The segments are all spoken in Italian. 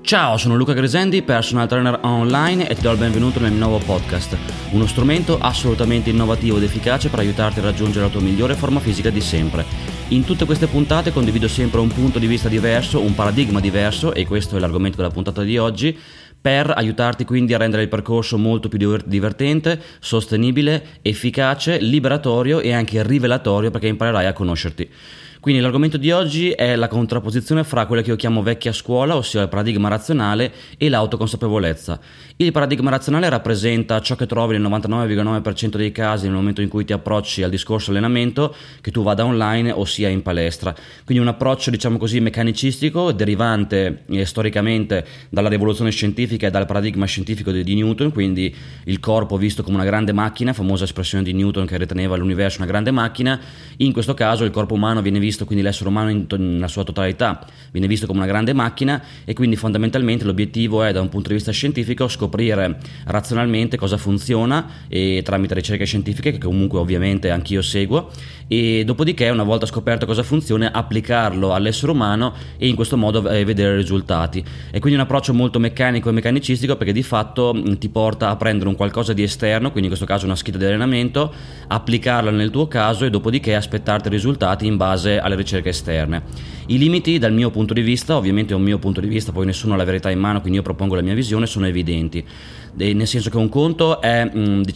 Ciao, sono Luca Gresendi, personal trainer online e ti do il benvenuto nel mio nuovo podcast, uno strumento assolutamente innovativo ed efficace per aiutarti a raggiungere la tua migliore forma fisica di sempre. In tutte queste puntate condivido sempre un punto di vista diverso, un paradigma diverso, e questo è l'argomento della puntata di oggi, per aiutarti quindi a rendere il percorso molto più divertente, sostenibile, efficace, liberatorio e anche rivelatorio, perché imparerai a conoscerti. Quindi l'argomento di oggi è la contrapposizione fra quella che io chiamo vecchia scuola, ossia il paradigma razionale, e l'autoconsapevolezza. Il paradigma razionale rappresenta ciò che trovi nel 99,9% dei casi nel momento in cui ti approcci al discorso allenamento, che tu vada online o sia in palestra. Quindi un approccio, diciamo così, meccanicistico, derivante storicamente dalla rivoluzione scientifica e dal paradigma scientifico di Newton, quindi il corpo visto come una grande macchina, famosa espressione di Newton che riteneva l'universo una grande macchina. In questo caso il corpo umano viene visto, quindi l'essere umano nella sua totalità viene visto come una grande macchina, e quindi fondamentalmente l'obiettivo è, da un punto di vista scientifico, scoprire razionalmente cosa funziona, e tramite ricerche scientifiche che comunque ovviamente anch'io seguo, e dopodiché, una volta scoperto cosa funziona, applicarlo all'essere umano e in questo modo vedere risultati. E quindi un approccio molto meccanico e meccanicistico, perché di fatto ti porta a prendere un qualcosa di esterno, quindi in questo caso una scheda di allenamento, applicarla nel tuo caso e dopodiché aspettarti risultati in base alle ricerche esterne. I limiti, dal mio punto di vista, ovviamente è un mio punto di vista, poi nessuno ha la verità in mano, quindi io propongo la mia visione, sono evidenti. Nel senso che un conto è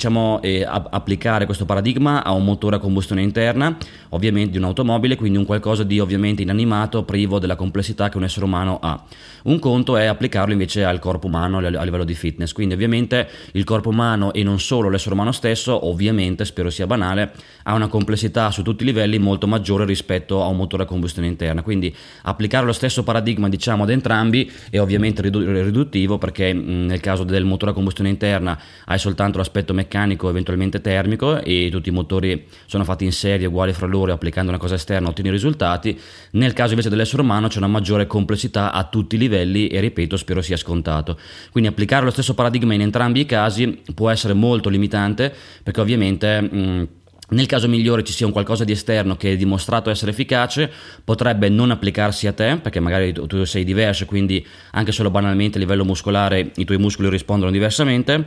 applicare questo paradigma a un motore a combustione interna, ovviamente di un'automobile, quindi un qualcosa di ovviamente inanimato, privo della complessità che un essere umano ha. Un conto è applicarlo invece al corpo umano a livello di fitness, quindi ovviamente il corpo umano, e non solo l'essere umano stesso, ovviamente, spero sia banale, ha una complessità su tutti i livelli molto maggiore rispetto a un motore a combustione interna, quindi applicare lo stesso paradigma, diciamo, ad entrambi è ovviamente riduttivo, perché nel caso del motore a combustione interna hai soltanto l'aspetto meccanico, eventualmente termico, e tutti i motori sono fatti in serie uguali fra loro, e applicando una cosa esterna ottieni risultati. Nel caso invece dell'essere umano c'è una maggiore complessità a tutti i livelli, e ripeto, spero sia scontato. Quindi applicare lo stesso paradigma in entrambi i casi può essere molto limitante, perché ovviamente nel caso migliore ci sia un qualcosa di esterno che è dimostrato essere efficace, potrebbe non applicarsi a te, perché magari tu sei diverso, quindi anche solo banalmente a livello muscolare i tuoi muscoli rispondono diversamente,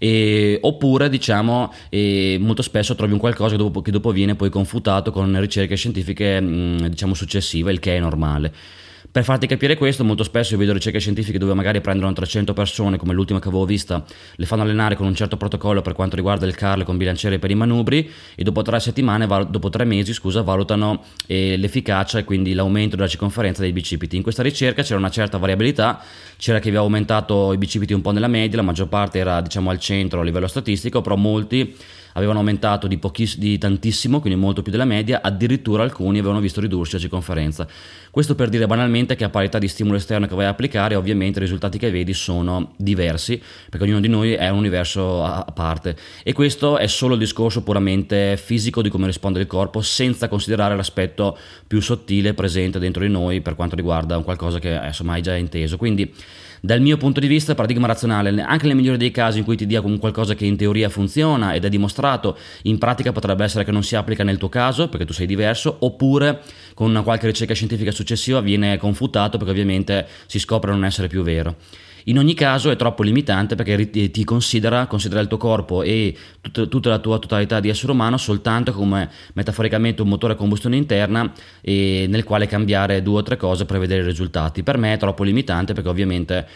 oppure molto spesso trovi un qualcosa che dopo viene poi confutato con ricerche scientifiche successive, il che è normale. Per farti capire questo, molto spesso io vedo ricerche scientifiche dove magari prendono 300 persone, come l'ultima che avevo vista, le fanno allenare con un certo protocollo per quanto riguarda il curl con bilanciere per i manubri, e dopo 3 mesi, valutano l'efficacia e quindi l'aumento della circonferenza dei bicipiti. In questa ricerca c'era una certa variabilità, c'era chi aveva aumentato i bicipiti un po' nella media, la maggior parte era al centro a livello statistico, però molti avevano aumentato di tantissimo, quindi molto più della media, addirittura alcuni avevano visto ridursi la circonferenza. Questo per dire banalmente che a parità di stimolo esterno che vai a applicare, ovviamente i risultati che vedi sono diversi, perché ognuno di noi è un universo a parte, e questo è solo il discorso puramente fisico di come risponde il corpo, senza considerare l'aspetto più sottile presente dentro di noi per quanto riguarda un qualcosa che hai già inteso. Quindi dal mio punto di vista il paradigma razionale, anche nel migliore dei casi in cui ti dia un qualcosa che in teoria funziona ed è dimostrato, in pratica potrebbe essere che non si applica nel tuo caso perché tu sei diverso, oppure con una qualche ricerca scientifica successiva viene confutato perché ovviamente si scopre non essere più vero. In ogni caso è troppo limitante, perché ti considera il tuo corpo e tutta la tua totalità di essere umano soltanto come metaforicamente un motore a combustione interna, nel quale cambiare 2 o 3 cose per vedere i risultati. Per me è troppo limitante, perché ovviamente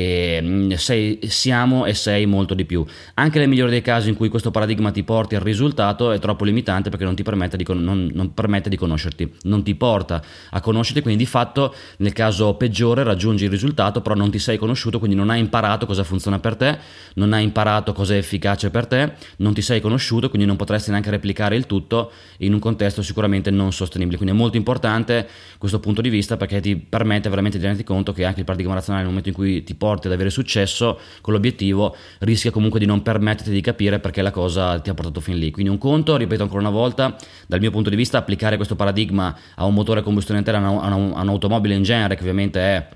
sei molto di più. Anche nel migliore dei casi in cui questo paradigma ti porti al risultato è troppo limitante, perché non ti permette non permette di conoscerti, non ti porta a conoscerti, quindi di fatto nel caso peggiore raggiungi il risultato però non ti sei conosciuto, quindi non hai imparato cosa funziona per te, non hai imparato cosa è efficace per te, non ti sei conosciuto, quindi non potresti neanche replicare il tutto in un contesto sicuramente non sostenibile. Quindi è molto importante questo punto di vista, perché ti permette veramente di renderti conto che anche il paradigma razionale, nel momento in cui ti porti ad avere successo con l'obiettivo, rischia comunque di non permetterti di capire perché la cosa ti ha portato fin lì. Quindi un conto, ripeto ancora una volta, dal mio punto di vista, applicare questo paradigma a un motore a combustione interna, a un'automobile in genere, che ovviamente è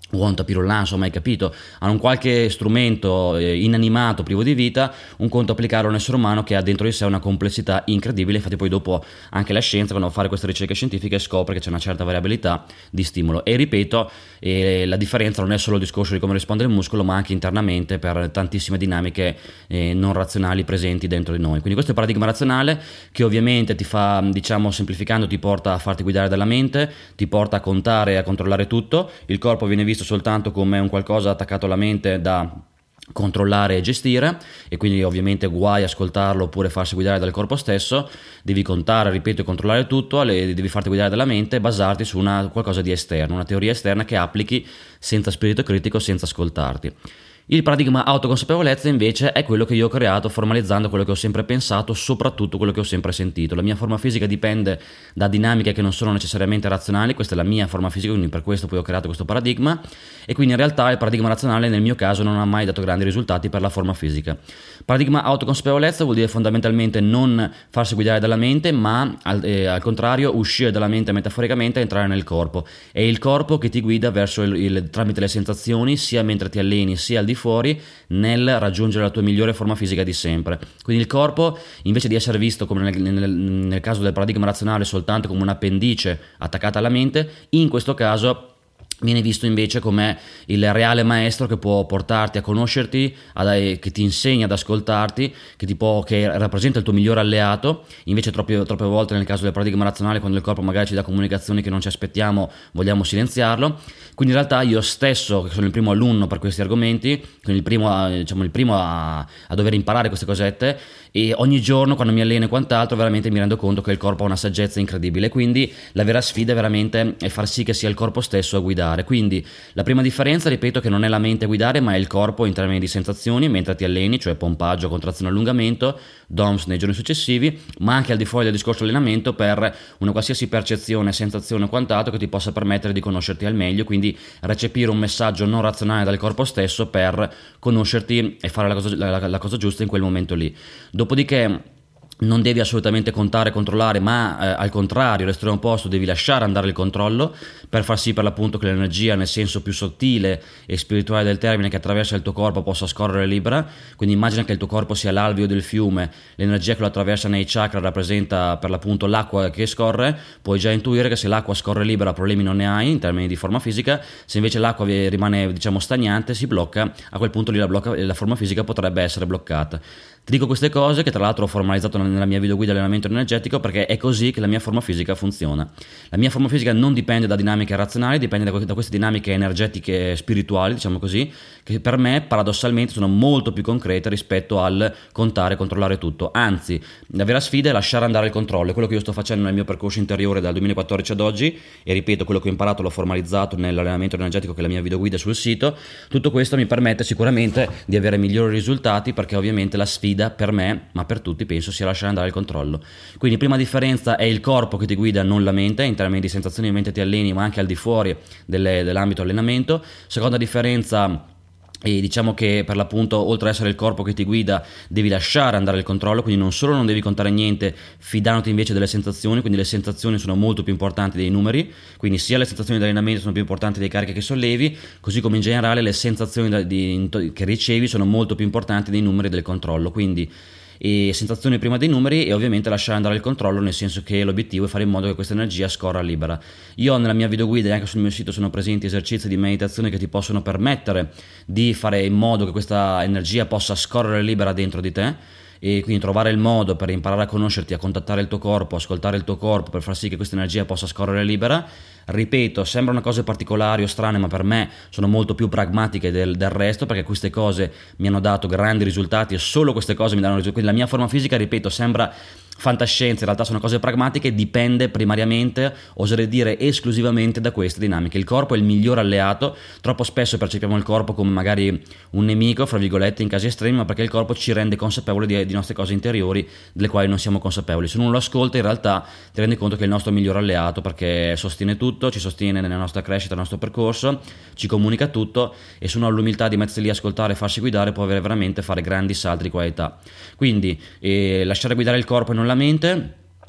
o un tapirulà, insomma, hai capito, a un qualche strumento inanimato, privo di vita, un conto applicarlo a un essere umano che ha dentro di sé una complessità incredibile. Infatti poi dopo anche la scienza, quando va a fare queste ricerche scientifiche, scopre che c'è una certa variabilità di stimolo. E ripeto, la differenza non è solo il discorso di come risponde il muscolo, ma anche internamente per tantissime dinamiche non razionali presenti dentro di noi. Quindi questo è il paradigma razionale, che ovviamente ti fa, diciamo semplificando, ti porta a farti guidare dalla mente, ti porta a contare e a controllare tutto. Il corpo viene visto soltanto come un qualcosa attaccato alla mente da controllare e gestire, e quindi ovviamente guai ascoltarlo oppure farsi guidare dal corpo stesso. Devi contare, ripeto, e controllare tutto, devi farti guidare dalla mente e basarti su qualcosa di esterno, una teoria esterna che applichi senza spirito critico, senza ascoltarti. Il paradigma autoconsapevolezza invece è quello che io ho creato formalizzando quello che ho sempre pensato, soprattutto quello che ho sempre sentito. La mia forma fisica dipende da dinamiche che non sono necessariamente razionali, questa è la mia forma fisica, quindi per questo poi ho creato questo paradigma, e quindi in realtà il paradigma razionale nel mio caso non ha mai dato grandi risultati per la forma fisica. Paradigma autoconsapevolezza vuol dire fondamentalmente non farsi guidare dalla mente, ma al contrario uscire dalla mente metaforicamente e entrare nel corpo. È il corpo che ti guida verso tramite le sensazioni, sia mentre ti alleni sia al di fuori, nel raggiungere la tua migliore forma fisica di sempre. Quindi il corpo, invece di essere visto come nel caso del paradigma razionale soltanto come un'appendice attaccata alla mente, in questo caso viene visto invece come il reale maestro che può portarti a conoscerti, che ti insegna ad ascoltarti, che rappresenta il tuo migliore alleato. Invece troppe volte nel caso del paradigma razionale, quando il corpo magari ci dà comunicazioni che non ci aspettiamo, vogliamo silenziarlo. Quindi in realtà io stesso, che sono il primo alunno per questi argomenti, quindi il primo a dover imparare queste cosette, e ogni giorno quando mi alleno e quant'altro veramente mi rendo conto che il corpo ha una saggezza incredibile. Quindi la vera sfida veramente è far sì che sia il corpo stesso a guidare. Quindi la prima differenza, ripeto, che non è la mente a guidare, ma è il corpo in termini di sensazioni mentre ti alleni, cioè pompaggio, contrazione, allungamento, DOMS nei giorni successivi, ma anche al di fuori del discorso allenamento per una qualsiasi percezione, sensazione o quant'altro che ti possa permettere di conoscerti al meglio, quindi recepire un messaggio non razionale dal corpo stesso per conoscerti e fare la cosa giusta in quel momento lì. Dopodiché non devi assolutamente contare e controllare, ma al contrario, l'estremo opposto, devi lasciare andare il controllo per far sì per l'appunto che l'energia nel senso più sottile e spirituale del termine che attraversa il tuo corpo possa scorrere libera. Quindi immagina che il tuo corpo sia l'alveo del fiume, l'energia che lo attraversa nei chakra rappresenta per l'appunto l'acqua che scorre. Puoi già intuire che se l'acqua scorre libera problemi non ne hai in termini di forma fisica, se invece l'acqua rimane stagnante, si blocca, a quel punto lì la forma fisica potrebbe essere bloccata. Ti dico queste cose, che tra l'altro ho formalizzato nella mia videoguida allenamento energetico, perché è così che la mia forma fisica funziona. La mia forma fisica non dipende da dinamiche razionali, dipende da queste dinamiche energetiche spirituali, diciamo così, che per me paradossalmente sono molto più concrete rispetto al contare e controllare tutto. Anzi, la vera sfida è lasciare andare il controllo. È quello che io sto facendo nel mio percorso interiore dal 2014 ad oggi, e ripeto, quello che ho imparato l'ho formalizzato nell'allenamento energetico, che è la mia videoguida sul sito. Tutto questo mi permette sicuramente di avere migliori risultati, perché ovviamente la sfida per me, ma per tutti penso, sia lasciare andare il controllo. Quindi prima differenza è il corpo che ti guida, non la mente, in termini di sensazioni mentre ti alleni, ma anche al di fuori dell'ambito allenamento. Seconda differenza, e diciamo che per l'appunto, oltre ad essere il corpo che ti guida, devi lasciare andare il controllo, quindi non solo non devi contare niente, fidandoti invece delle sensazioni. Quindi le sensazioni sono molto più importanti dei numeri, quindi sia le sensazioni di allenamento sono più importanti dei carichi che sollevi, così come in generale le sensazioni che ricevi sono molto più importanti dei numeri del controllo. Quindi sensazioni prima dei numeri, e ovviamente lasciare andare il controllo, nel senso che l'obiettivo è fare in modo che questa energia scorra libera. Io nella mia videoguida e anche sul mio sito sono presenti esercizi di meditazione che ti possono permettere di fare in modo che questa energia possa scorrere libera dentro di te, e quindi trovare il modo per imparare a conoscerti, a contattare il tuo corpo, ascoltare il tuo corpo per far sì che questa energia possa scorrere libera. Ripeto, sembrano cose particolari o strane, ma per me sono molto più pragmatiche del resto, perché queste cose mi hanno dato grandi risultati e solo queste cose mi danno risultati. Quindi la mia forma fisica, ripeto, sembra fantascienza, in realtà sono cose pragmatiche, dipende primariamente, oserei dire esclusivamente, da queste dinamiche. Il corpo è il miglior alleato. Troppo spesso percepiamo il corpo come magari un nemico, fra virgolette, in casi estremi, ma perché il corpo ci rende consapevoli di nostre cose interiori, delle quali non siamo consapevoli. Se non lo ascolta, in realtà ti rendi conto che è il nostro miglior alleato, perché sostiene tutto, ci sostiene nella nostra crescita, nel nostro percorso, ci comunica tutto, e se uno ha l'umiltà di mettersi lì a ascoltare e farsi guidare, può veramente fare grandi salti di qualità. Quindi lasciare guidare il corpo e non la mente.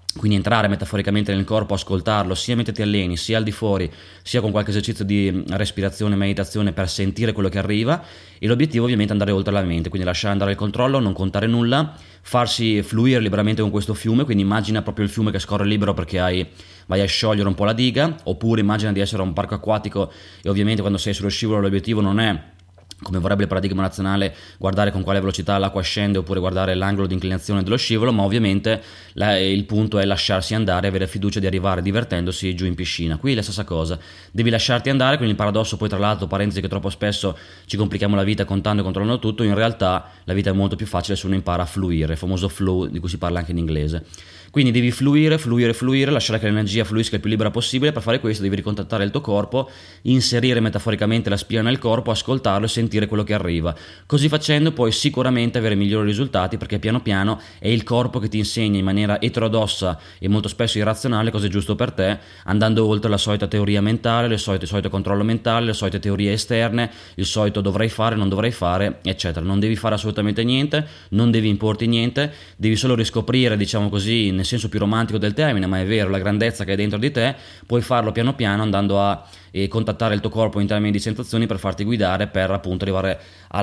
quindi entrare metaforicamente nel corpo, ascoltarlo sia mentre ti alleni, sia al di fuori, sia con qualche esercizio di respirazione, meditazione per sentire quello che arriva, e l'obiettivo ovviamente è andare oltre la mente, quindi lasciare andare il controllo, non contare nulla, farsi fluire liberamente con questo fiume, quindi immagina proprio il fiume che scorre libero perché vai a sciogliere un po' la diga, oppure immagina di essere a un parco acquatico e ovviamente quando sei sullo scivolo l'obiettivo non è, come vorrebbe il paradigma nazionale, guardare con quale velocità l'acqua scende oppure guardare l'angolo di inclinazione dello scivolo, ma ovviamente il punto è lasciarsi andare e avere fiducia di arrivare divertendosi giù in piscina. Qui è la stessa cosa, devi lasciarti andare, quindi il paradosso poi, tra l'altro, parentesi, che troppo spesso ci complichiamo la vita contando e controllando tutto, in realtà la vita è molto più facile se uno impara a fluire, il famoso flow di cui si parla anche in inglese. Quindi devi fluire, lasciare che l'energia fluisca il più libera possibile. Per fare questo devi ricontattare il tuo corpo, inserire metaforicamente la spina nel corpo, ascoltarlo e sentire quello che arriva. Così facendo puoi sicuramente avere migliori risultati, perché piano piano è il corpo che ti insegna in maniera eterodossa e molto spesso irrazionale cosa è giusto per te, andando oltre la solita teoria mentale, il solito controllo mentale, le solite teorie esterne, il solito dovrei fare, non dovrei fare, eccetera. Non devi fare assolutamente niente, non devi importi niente, devi solo riscoprire, diciamo così, nel senso più romantico del termine, ma è vero, la grandezza che è dentro di te. Puoi farlo piano piano andando a contattare il tuo corpo in termini di sensazioni per farti guidare, per appunto arrivare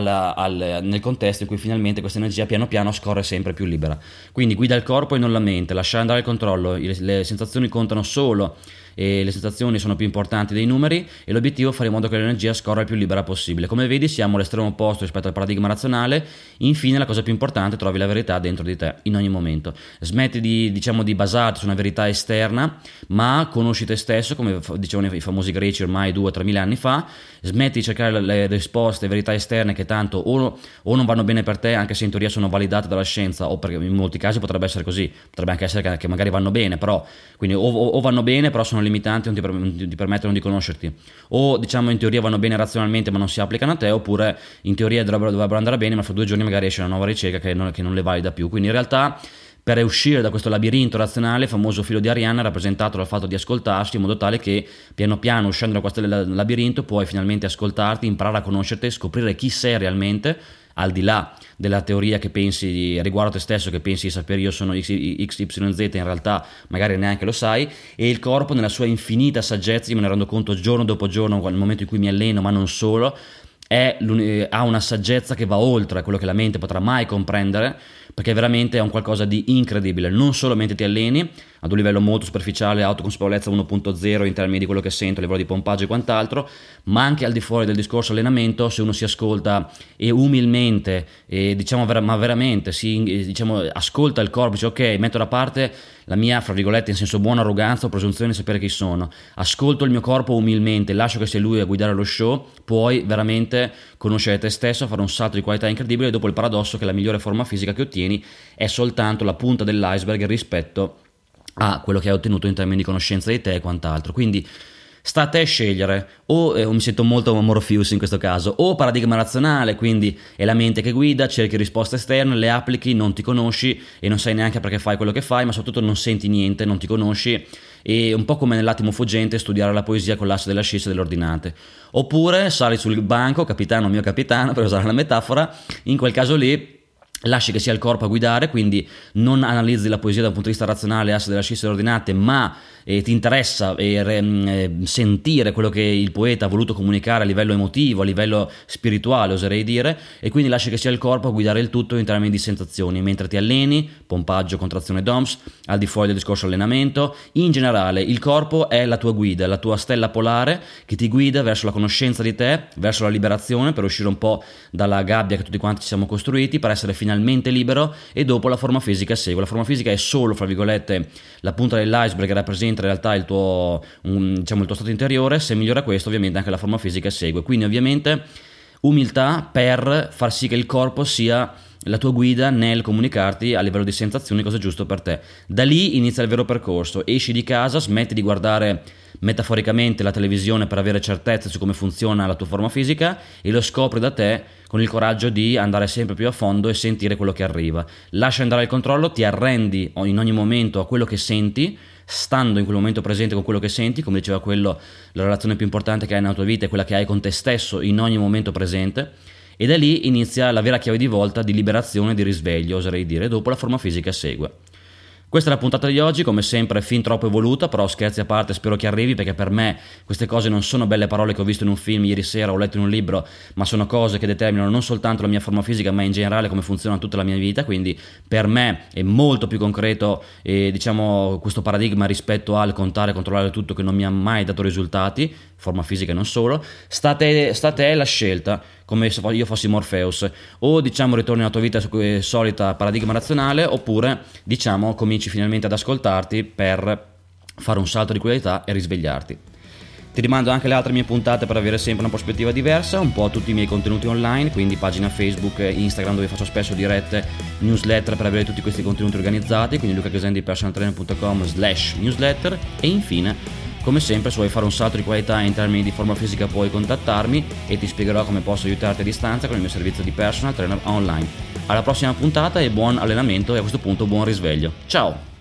nel contesto in cui finalmente questa energia piano piano scorre sempre più libera. Quindi guida il corpo e non la mente, lasciare andare il controllo, le sensazioni contano solo e le sensazioni sono più importanti dei numeri, e l'obiettivo è fare in modo che l'energia scorra il più libera possibile. Come vedi siamo all'estremo opposto rispetto al paradigma razionale. Infine la cosa più importante: trovi la verità dentro di te in ogni momento. Smetti di basarti su una verità esterna, ma conosci te stesso, come dicevano i famosi greci ormai 2-3 mila anni fa. Smetti di cercare le risposte, verità esterne che tanto o non vanno bene per te, anche se in teoria sono validate dalla scienza, o perché in molti casi potrebbe essere così, potrebbe anche essere che magari vanno bene, però quindi o vanno bene però sono limitanti, non ti permettono di conoscerti, o diciamo in teoria vanno bene razionalmente ma non si applicano a te, oppure in teoria dovrebbero andare bene ma fra 2 giorni magari esce una nuova ricerca che non le valida più. Quindi in realtà, per uscire da questo labirinto razionale, il famoso filo di Arianna è rappresentato dal fatto di ascoltarsi, in modo tale che piano piano, uscendo da questo labirinto, puoi finalmente ascoltarti, imparare a conoscerti, scoprire chi sei realmente, al di là della teoria che pensi riguardo te stesso, che pensi di sapere io sono XYZ, in realtà magari neanche lo sai. E il corpo nella sua infinita saggezza, io me ne rendo conto giorno dopo giorno nel momento in cui mi alleno, ma non solo, ha una saggezza che va oltre quello che la mente potrà mai comprendere, perché veramente è un qualcosa di incredibile. Non solo mentre ti alleni ad un livello molto superficiale, autoconsapevolezza 1.0 in termini di quello che sento, a livello di pompaggio e quant'altro, ma anche al di fuori del discorso allenamento, se uno si ascolta e umilmente veramente ascolta il corpo, dice ok, metto da parte la mia, fra virgolette, in senso buono, arroganza o presunzione di sapere chi sono, ascolto il mio corpo umilmente, lascio che sia lui a guidare lo show, puoi veramente conoscere te stesso, fare un salto di qualità incredibile. E dopo il paradosso che la migliore forma fisica che ottieni è soltanto la punta dell'iceberg rispetto a quello che hai ottenuto in termini di conoscenza di te e quant'altro. Quindi sta a te scegliere, o mi sento molto Morpheus in questo caso, o paradigma razionale, quindi è la mente che guida, cerchi risposte esterne, le applichi, non ti conosci e non sai neanche perché fai quello che fai, ma soprattutto non senti niente, non ti conosci, e un po' come nell'attimo fuggente studiare la poesia con l'asse della scia e dell'ordinate. Oppure sali sul banco, capitano mio capitano, per usare la metafora, in quel caso lì lasci che sia il corpo a guidare, quindi non analizzi la poesia da un punto di vista razionale, asse della scia e ordinate, ma ti interessa sentire quello che il poeta ha voluto comunicare a livello emotivo, a livello spirituale, oserei dire, e quindi lasci che sia il corpo a guidare il tutto in termini di sensazioni, mentre ti alleni, pompaggio, contrazione DOMS, al di fuori del discorso allenamento. In generale il corpo è la tua guida, la tua stella polare che ti guida verso la conoscenza di te, verso la liberazione, per uscire un po' dalla gabbia che tutti quanti ci siamo costruiti, per essere finalmente libero. E dopo la forma fisica segue. La forma fisica è solo, fra virgolette, la punta dell'iceberg che rappresenta in realtà il tuo stato interiore. Se migliora questo, ovviamente anche la forma fisica segue. Quindi ovviamente umiltà per far sì che il corpo sia la tua guida nel comunicarti a livello di sensazioni cosa è giusto per te. Da lì inizia il vero percorso. Esci di casa, smetti di guardare metaforicamente la televisione per avere certezze su come funziona la tua forma fisica, e lo scopri da te con il coraggio di andare sempre più a fondo e sentire quello che arriva. Lascia andare il controllo, ti arrendi in ogni momento a quello che senti, stando in quel momento presente con quello che senti. Come diceva quello, la relazione più importante che hai nella tua vita è quella che hai con te stesso in ogni momento presente, e da lì inizia la vera chiave di volta di liberazione, di risveglio, oserei dire. Dopo la forma fisica segue. Questa è la puntata di oggi, come sempre fin troppo evoluta, però scherzi a parte, spero che arrivi, perché per me queste cose non sono belle parole che ho visto in un film ieri sera o letto in un libro, ma sono cose che determinano non soltanto la mia forma fisica, ma in generale come funziona tutta la mia vita. Quindi per me è molto più concreto questo paradigma rispetto al contare e controllare tutto, che non mi ha mai dato risultati, forma fisica e non solo. Sta a te la scelta, come se io fossi Morpheus, o ritorni alla tua vita solita paradigma razionale, oppure cominci finalmente ad ascoltarti per fare un salto di qualità e risvegliarti. Ti rimando anche le altre mie puntate per avere sempre una prospettiva diversa, un po' tutti i miei contenuti online, quindi pagina Facebook, Instagram, dove faccio spesso dirette, newsletter per avere tutti questi contenuti organizzati, quindi lucagasendipersonaltrainer.com/newsletter. E infine, come sempre, se vuoi fare un salto di qualità in termini di forma fisica, puoi contattarmi e ti spiegherò come posso aiutarti a distanza con il mio servizio di personal trainer online. Alla prossima puntata e buon allenamento, e a questo punto buon risveglio. Ciao!